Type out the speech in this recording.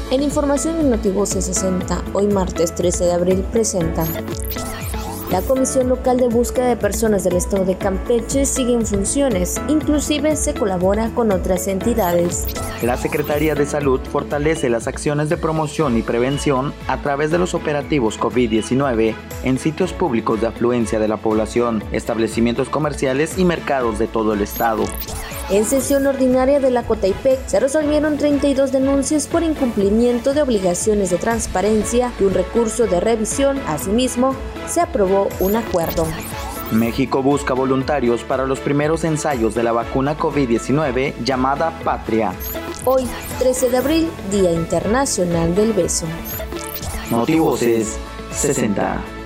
En información en Notivoce 60, hoy martes 13 de abril presenta: la Comisión Local de Búsqueda de Personas del Estado de Campeche sigue en funciones, inclusive se colabora con otras entidades. La Secretaría de Salud fortalece las acciones de promoción y prevención a través de los operativos COVID-19 en sitios públicos de afluencia de la población, establecimientos comerciales y mercados de todo el estado. En sesión ordinaria de la Coatepec se resolvieron 32 denuncias por incumplimiento de obligaciones de transparencia y un recurso de revisión. Asimismo, se aprobó un acuerdo. México busca voluntarios para los primeros ensayos de la vacuna COVID-19 llamada Patria. Hoy, 13 de abril, Día Internacional del Beso. Notivoces 60.